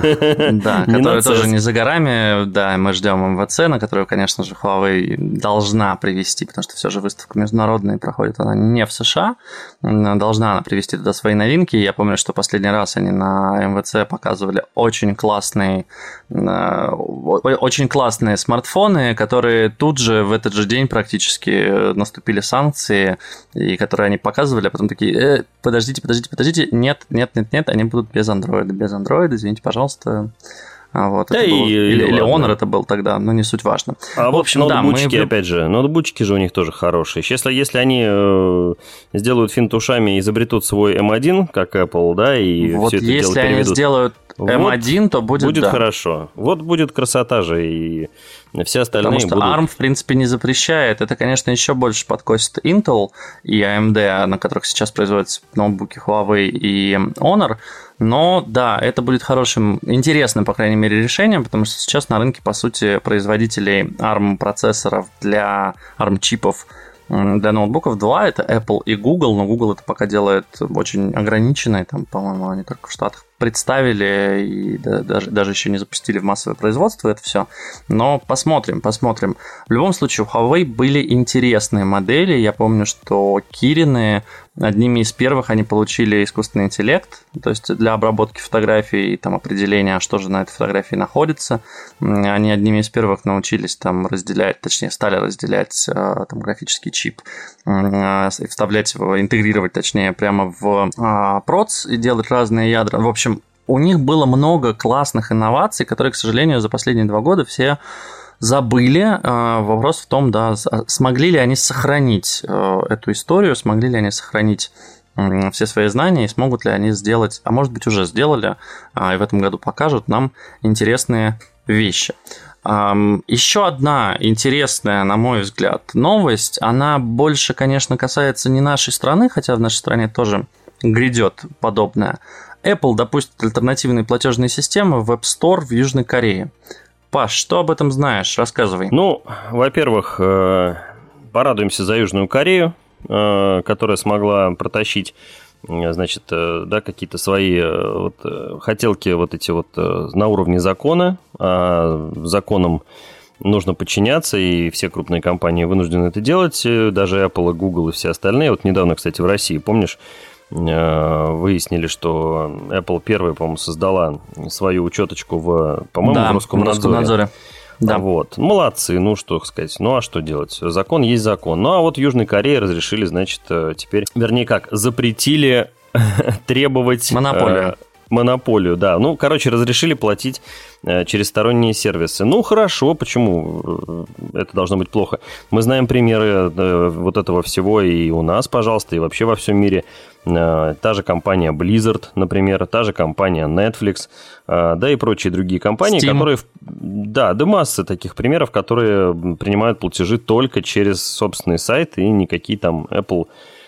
[SPEAKER 2] Да, которая тоже не за горами. Да, мы ждем МВЦ, на которую, конечно же, Huawei должна привести, потому что все же выставка международная, проходит она не в США. Должна она привести туда свои новинки. Я помню, что последний раз они на МВЦ показывали очень классные смартфоны, которые тут же в этот же день практически наступили санкции, и которые они показывали, а потом такие, подождите, нет, они будут без Android, извините, пожалуйста. Вот,
[SPEAKER 1] да,
[SPEAKER 2] или Honor это был тогда, но не суть важно.
[SPEAKER 1] В общем, ноутбучки, опять же, ноутбучки же у них тоже хорошие. Если они сделают финт ушами и изобретут свой M1, как Apple, да, и
[SPEAKER 2] вот
[SPEAKER 1] все это дело переведут.
[SPEAKER 2] Если они сделают M1, то будет
[SPEAKER 1] хорошо. Вот будет красота же, и все остальные
[SPEAKER 2] будут. Потому что ARM, в принципе, не запрещает. Это, конечно, еще больше подкосит Intel и AMD, на которых сейчас производятся ноутбуки Huawei и Honor. Но да, это будет хорошим, интересным, по крайней мере, решением, потому что сейчас на рынке, по сути, производителей ARM-процессоров для ARM-чипов для ноутбуков 2, это Apple и Google, но Google это пока делает очень ограниченный, там, по-моему, они только в Штатах представили и даже еще не запустили в массовое производство это все. Но посмотрим. В любом случае, у Huawei были интересные модели. Я помню, что Кирины, одними из первых, они получили искусственный интеллект, то есть для обработки фотографий и там определения, что же на этой фотографии находится. Они одними из первых научились там разделять, точнее, стали разделять там графический чип, вставлять его, интегрировать, точнее, прямо в проц и делать разные ядра. В общем, у них было много классных инноваций, которые, к сожалению, за последние 2 года все забыли. Вопрос в том, да, смогли ли они сохранить эту историю, смогли ли они сохранить все свои знания и смогут ли они сделать, а может быть уже сделали, и в этом году покажут нам интересные вещи. Еще одна интересная, на мой взгляд, новость, она больше, конечно, касается не нашей страны, хотя в нашей стране тоже грядет подобное. Apple допустит альтернативные платежные системы в App Store в Южной Корее. Паш, что об этом знаешь? Рассказывай.
[SPEAKER 1] Ну, во-первых, порадуемся за Южную Корею, которая смогла протащить, значит, да, какие-то свои хотелки на уровне закона. Законам нужно подчиняться, и все крупные компании вынуждены это делать, даже Apple и Google и все остальные. Вот недавно, кстати, в России, помнишь, выяснили, что Apple первая, по-моему, создала свою учеточку в Роскомнадзоре. Да. Вот. Молодцы, ну что сказать. Ну а что делать? Закон есть закон. Ну а вот в Южной Корее разрешили, значит, теперь, запретили требовать... Монополию, да. Ну, короче, разрешили платить через сторонние сервисы. Ну, хорошо, почему это должно быть плохо? Мы знаем примеры вот этого всего и у нас, пожалуйста, и вообще во всем мире. Та же компания Blizzard, например, та же компания Netflix, да и прочие другие компании,
[SPEAKER 2] Steam.
[SPEAKER 1] которые... Да, масса таких примеров, которые принимают платежи только через собственный сайт, и никакие там Apple...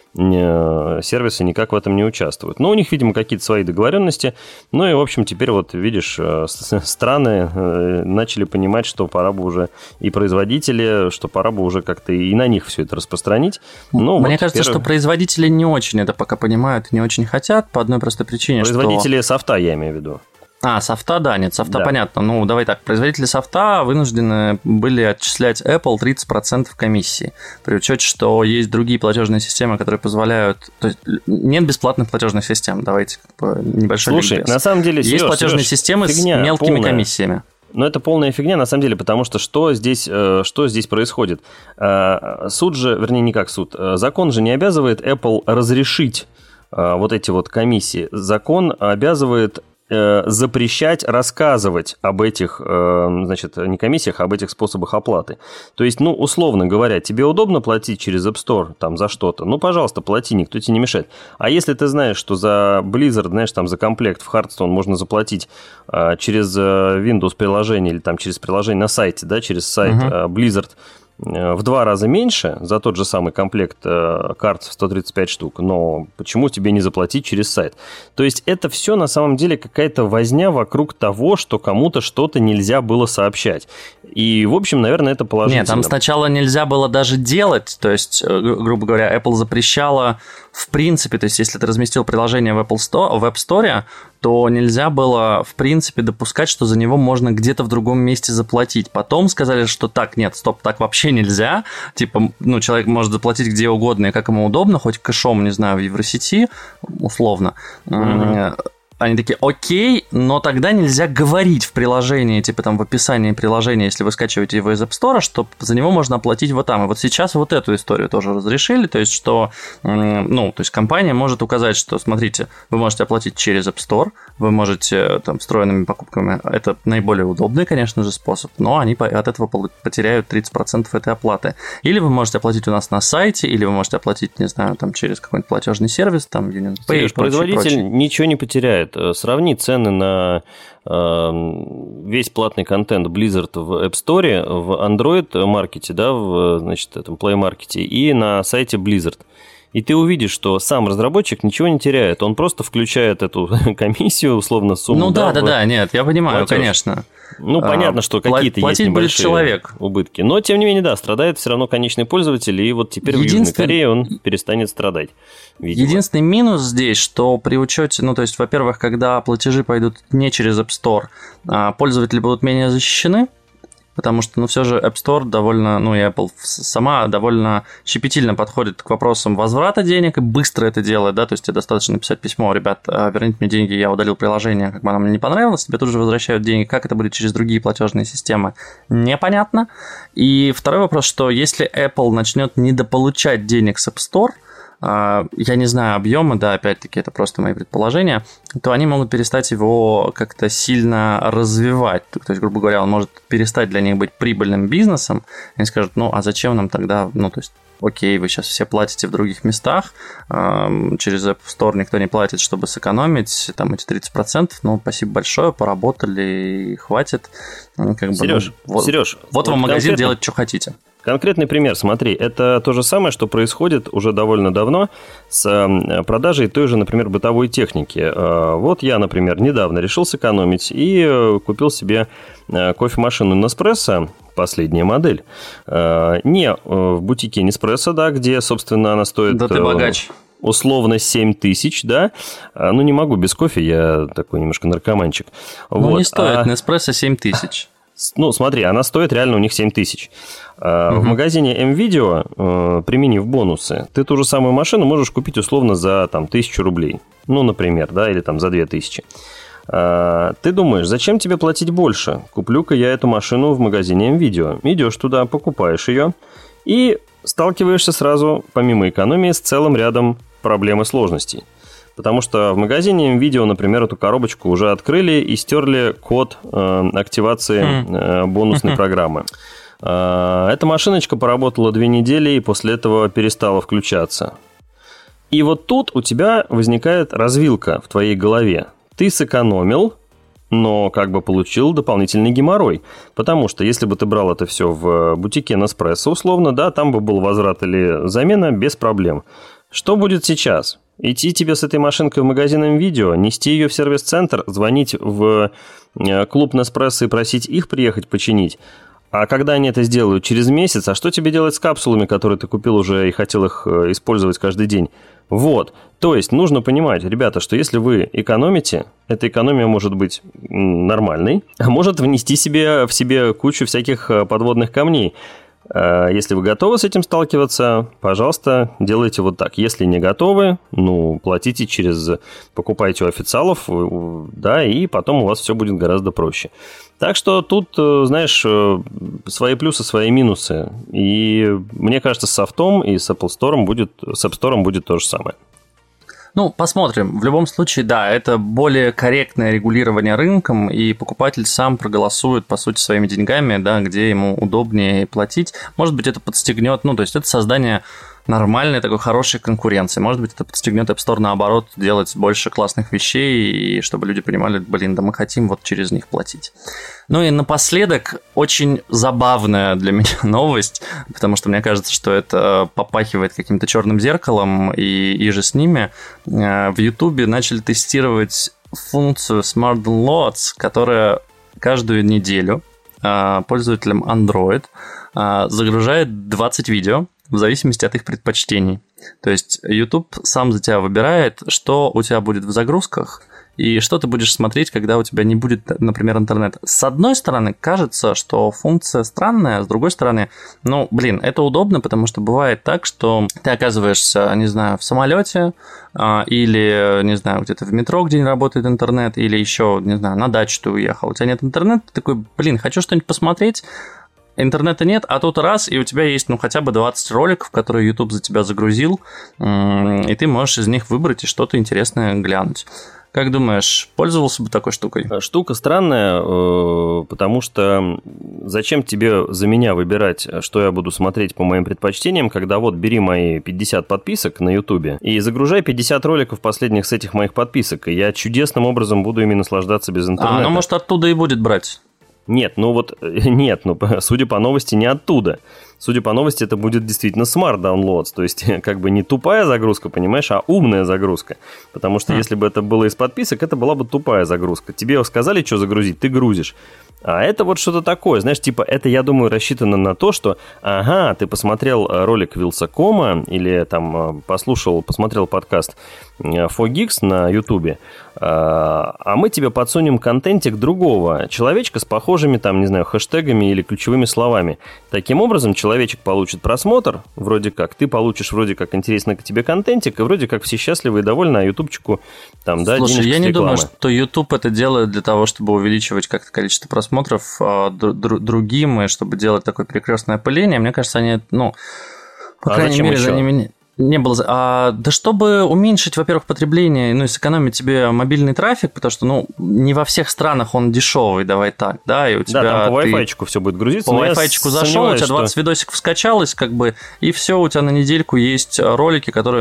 [SPEAKER 1] сервисы никак в этом не участвуют. Но у них, видимо, какие-то свои договоренности. Ну и, в общем, теперь вот, видишь, страны начали понимать, что пора бы уже и производители, что пора бы уже как-то и на них все это распространить. Ну,
[SPEAKER 2] Мне кажется, что производители не очень это пока понимают, не очень хотят, по одной простой причине,
[SPEAKER 1] производители софта, я имею в виду.
[SPEAKER 2] Софта, да, нет, софта
[SPEAKER 1] да.
[SPEAKER 2] Понятно. Ну, давай так, производители софта вынуждены были отчислять Apple 30% комиссии, при учете, что есть другие платежные системы, которые позволяют... То есть нет бесплатных платежных систем, давайте небольшой
[SPEAKER 1] ликбез. Слушай, на самом деле,
[SPEAKER 2] есть платежные системы с мелкими комиссиями.
[SPEAKER 1] Но это полная фигня, на самом деле, потому что здесь происходит? Суд же, вернее, не как суд, закон же не обязывает Apple разрешить вот эти вот комиссии. Закон обязывает запрещать рассказывать об этих, значит, не комиссиях, а об этих способах оплаты. То есть, ну, условно говоря, тебе удобно платить через App Store там за что-то? Ну, пожалуйста, плати, никто тебе не мешает. А если ты знаешь, что за Blizzard, знаешь, там за комплект в Hearthstone можно заплатить через Windows приложение или там через приложение на сайте, да, через сайт Blizzard в 2 раза меньше за тот же самый комплект карт в 135 штук, но почему тебе не заплатить через сайт? То есть это все на самом деле какая-то возня вокруг того, что кому-то что-то нельзя было сообщать. И, в общем, наверное, это положительно.
[SPEAKER 2] Нет, там сначала нельзя было даже делать, то есть, грубо говоря, Apple запрещала в принципе, то есть если ты разместил приложение в App Store, то нельзя было, в принципе, допускать, что за него можно где-то в другом месте заплатить. Потом сказали, что так, нет, стоп, так вообще нельзя. Типа, ну, человек может заплатить где угодно и как ему удобно, хоть кэшом, не знаю, в Евросети, условно. Они такие, окей, но тогда нельзя говорить в приложении, типа там в описании приложения, если вы скачиваете его из App Store, что за него можно оплатить вот там. И вот сейчас вот эту историю тоже разрешили, то есть, что, ну, то есть компания может указать, что, смотрите, вы можете оплатить через App Store, вы можете там встроенными покупками, это наиболее удобный, конечно же, способ, но они от этого потеряют 30% этой оплаты. Или вы можете оплатить у нас на сайте, или вы можете оплатить, не знаю, там через какой-нибудь платежный сервис, там Union Pay,
[SPEAKER 1] производитель ничего не потеряет. Сравни цены на весь платный контент Blizzard в App Store, в Android маркете, да, в, значит, этом Play маркете и на сайте Blizzard. И ты увидишь, что сам разработчик ничего не теряет. Он просто включает эту комиссию, условно, сумму.
[SPEAKER 2] Ну да, нет, я понимаю,
[SPEAKER 1] платеж.
[SPEAKER 2] Конечно.
[SPEAKER 1] Ну, понятно, что какие-то есть небольшие
[SPEAKER 2] человек.
[SPEAKER 1] убытки. Но, тем не менее, да, страдает все равно конечный пользователь, и вот теперь в Южной Корее он перестанет страдать. Видимо.
[SPEAKER 2] Единственный минус здесь, что при учете, ну, то есть, во-первых, когда платежи пойдут не через App Store, пользователи будут менее защищены, потому что, ну, все же App Store довольно, ну, и Apple сама довольно щепетильно подходит к вопросам возврата денег и быстро это делает, да, то есть тебе достаточно написать письмо: ребят, верните мне деньги, я удалил приложение, как бы оно мне не понравилось, тебе тут же возвращают деньги. Как это будет через другие платежные системы, непонятно. И второй вопрос, что если Apple начнет недополучать денег с App Store, я не знаю объемы, да, опять-таки, это просто мои предположения, то они могут перестать его как-то сильно развивать. То есть, грубо говоря, он может перестать для них быть прибыльным бизнесом. Они скажут: ну, а зачем нам тогда, ну, то есть, окей, вы сейчас все платите в других местах, через App Store никто не платит, чтобы сэкономить там эти 30%, ну, спасибо большое, поработали, и хватит. Как бы,
[SPEAKER 1] Сереж,
[SPEAKER 2] вот вам магазин, делать, что хотите.
[SPEAKER 1] Конкретный пример, смотри, это то же самое, что происходит уже довольно давно с продажей той же, например, бытовой техники. Вот я, например, недавно решил сэкономить и купил себе кофемашину Nespresso, последняя модель. Не в бутике Nespresso, да, где, собственно, она стоит...
[SPEAKER 2] Да ты богач.
[SPEAKER 1] Условно 7 тысяч, да? Ну, не могу без кофе, я такой немножко наркоманчик.
[SPEAKER 2] Ну, вот. Не стоит Nespresso 7 тысяч.
[SPEAKER 1] Ну, смотри, она стоит реально у них 7 тысяч. В магазине M-Video, применив бонусы, ты ту же самую машину можешь купить условно за там 1000 рублей. Ну, например, да, или там за 2000. Ты думаешь, зачем тебе платить больше? Куплю-ка я эту машину в магазине M-Video. Идешь туда, покупаешь ее и сталкиваешься сразу, помимо экономии, с целым рядом проблем и сложностей. Потому что в магазине M-Video, например, эту коробочку уже открыли и стерли код активации бонусной программы. Эта машиночка поработала 2 недели и после этого перестала включаться. И вот тут у тебя возникает развилка в твоей голове. Ты сэкономил, но как бы получил дополнительный геморрой. Потому что если бы ты брал это все в бутике Nespresso, условно, да, там бы был возврат или замена без проблем. Что будет сейчас? Идти тебе с этой машинкой в магазин M-Video, нести ее в сервис-центр, звонить в клуб Nespresso и просить их приехать починить. А когда они это сделают? Через месяц? А что тебе делать с капсулами, которые ты купил уже и хотел их использовать каждый день? Вот. То есть нужно понимать, ребята, что если вы экономите, эта экономия может быть нормальной, а может внести в себе кучу всяких подводных камней. Если вы готовы с этим сталкиваться, пожалуйста, делайте вот так. Если не готовы, ну, платите покупайте у официалов, да, и потом у вас все будет гораздо проще. Так что тут, знаешь, свои плюсы, свои минусы. И мне кажется, с софтом и с Apple Store с App Store будет то же самое.
[SPEAKER 2] Ну, посмотрим. В любом случае, да, это более корректное регулирование рынком, и покупатель сам проголосует, по сути, своими деньгами, да, где ему удобнее платить. Может быть, это подстегнет, ну, то есть это создание нормальной такой хорошей конкуренции. Может быть, это подстегнет App Store, наоборот, делать больше классных вещей, и чтобы люди понимали: блин, да мы хотим вот через них платить. Ну и напоследок, очень забавная для меня новость, потому что мне кажется, что это попахивает каким-то черным зеркалом, и же с ними. В YouTube начали тестировать функцию Smart Downloads, которая каждую неделю пользователям Android загружает 20 видео в зависимости от их предпочтений. То есть YouTube сам за тебя выбирает, что у тебя будет в загрузках и что ты будешь смотреть, когда у тебя не будет, например, интернета. С одной стороны, кажется, что функция странная, с другой стороны, ну, блин, это удобно, потому что бывает так, что ты оказываешься, не знаю, в самолете или, не знаю, где-то в метро, где не работает интернет, или еще, не знаю, на дачу ты уехал, у тебя нет интернета, ты такой: блин, хочу что-нибудь посмотреть, интернета нет, а тут раз, и у тебя есть, ну, хотя бы 20 роликов, которые YouTube за тебя загрузил, и ты можешь из них выбрать и что-то интересное глянуть. Как думаешь, пользовался бы такой штукой?
[SPEAKER 1] Штука странная, потому что зачем тебе за меня выбирать, что я буду смотреть по моим предпочтениям, когда вот бери мои 50 подписок на YouTube и загружай 50 роликов последних с этих моих подписок, и я чудесным образом буду ими наслаждаться без интернета.
[SPEAKER 2] Ну, может, оттуда и будет брать.
[SPEAKER 1] Нет, судя по новости, не оттуда. судя по новости, это будет действительно Smart Downloads, то есть как бы не тупая загрузка, понимаешь, а умная загрузка. Потому что если бы это было из подписок, это была бы тупая загрузка. Тебе сказали, что загрузить, ты грузишь. А это вот что-то такое, знаешь, типа это, я думаю, рассчитано на то, что, ага, ты посмотрел ролик Вилсакома или там посмотрел подкаст 4Geeks на Ютубе, а мы тебе подсунем контентик другого человечка с похожими там, не знаю, хэштегами или ключевыми словами. Таким образом, человечек получит просмотр, вроде как, ты получишь вроде как интересный к тебе контентик, и вроде как все счастливы и довольны, а ютубчику там, да,
[SPEAKER 2] Слушай, я не думаю,
[SPEAKER 1] рекламы.
[SPEAKER 2] что YouTube это делает для того, чтобы увеличивать как-то количество просмотров другим, и чтобы делать такое перекрестное опыление. Мне кажется, они, по крайней мере, за ними не было... да чтобы уменьшить, во-первых, потребление, и сэкономить тебе мобильный трафик, потому что, не во всех странах он дешевый, давай так, да, и у тебя...
[SPEAKER 1] Да, там по Wi-Fi-чику все будет грузиться.
[SPEAKER 2] По Wi-Fi-чику зашел, у тебя 20 видосиков скачалось, как бы, и все, у тебя на недельку есть ролики, которые,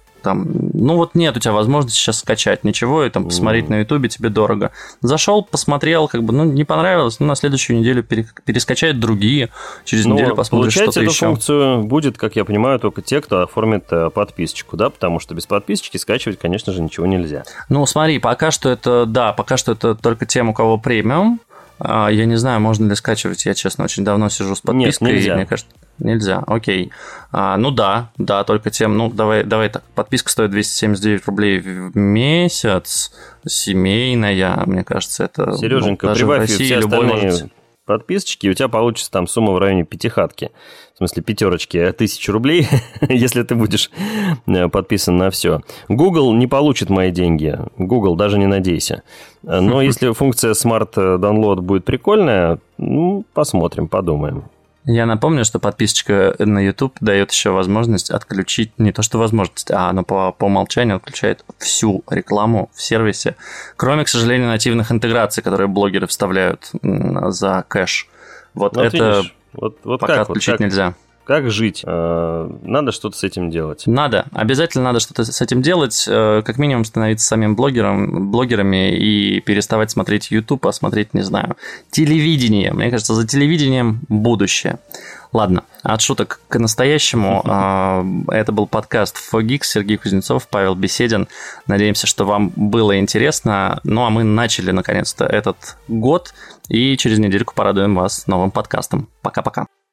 [SPEAKER 2] нет у тебя возможности сейчас скачать ничего и там посмотреть на Ютубе тебе дорого. Зашел, посмотрел, как бы, не понравилось, на следующую неделю перескачать другие, через неделю посмотришь что-то еще.
[SPEAKER 1] Получать эту функцию будет, как я понимаю, только те, кто оформит подписочку, да, потому что без подписочки скачивать, конечно же, ничего нельзя.
[SPEAKER 2] Смотри, пока что это только тем, у кого премиум. Я не знаю, можно ли скачивать, я, честно, очень давно сижу с подпиской.
[SPEAKER 1] Нет, нельзя.
[SPEAKER 2] И мне кажется, нельзя, окей. Да, только тем, давай так, подписка стоит 279 рублей в месяц, семейная, мне кажется, это...
[SPEAKER 1] Сереженька, прибавь все остальные подписочки, и у тебя получится там сумма в районе пятихатки. В смысле, 5 1000 рублей, если ты будешь подписан на все. Google не получит мои деньги. Google, даже не надейся. Но если функция Smart Download будет прикольная, посмотрим, подумаем.
[SPEAKER 2] Я напомню, что подписочка на YouTube дает еще возможность отключить, не то что возможность, а она по умолчанию отключает всю рекламу в сервисе, кроме, к сожалению, нативных интеграций, которые блогеры вставляют за кэш. Вот это
[SPEAKER 1] видишь,
[SPEAKER 2] пока отключить нельзя.
[SPEAKER 1] Как жить? Надо что-то с этим делать.
[SPEAKER 2] Обязательно надо что-то с этим делать, как минимум становиться самим блогерами и переставать смотреть YouTube, а смотреть, не знаю, телевидение. Мне кажется, за телевидением будущее. Ладно, от шуток к настоящему. Это был подкаст 4Geeks, Сергей Кузнецов, Павел Беседин. Надеемся, что вам было интересно. А мы начали, наконец-то, этот год, и через недельку порадуем вас новым подкастом. Пока-пока.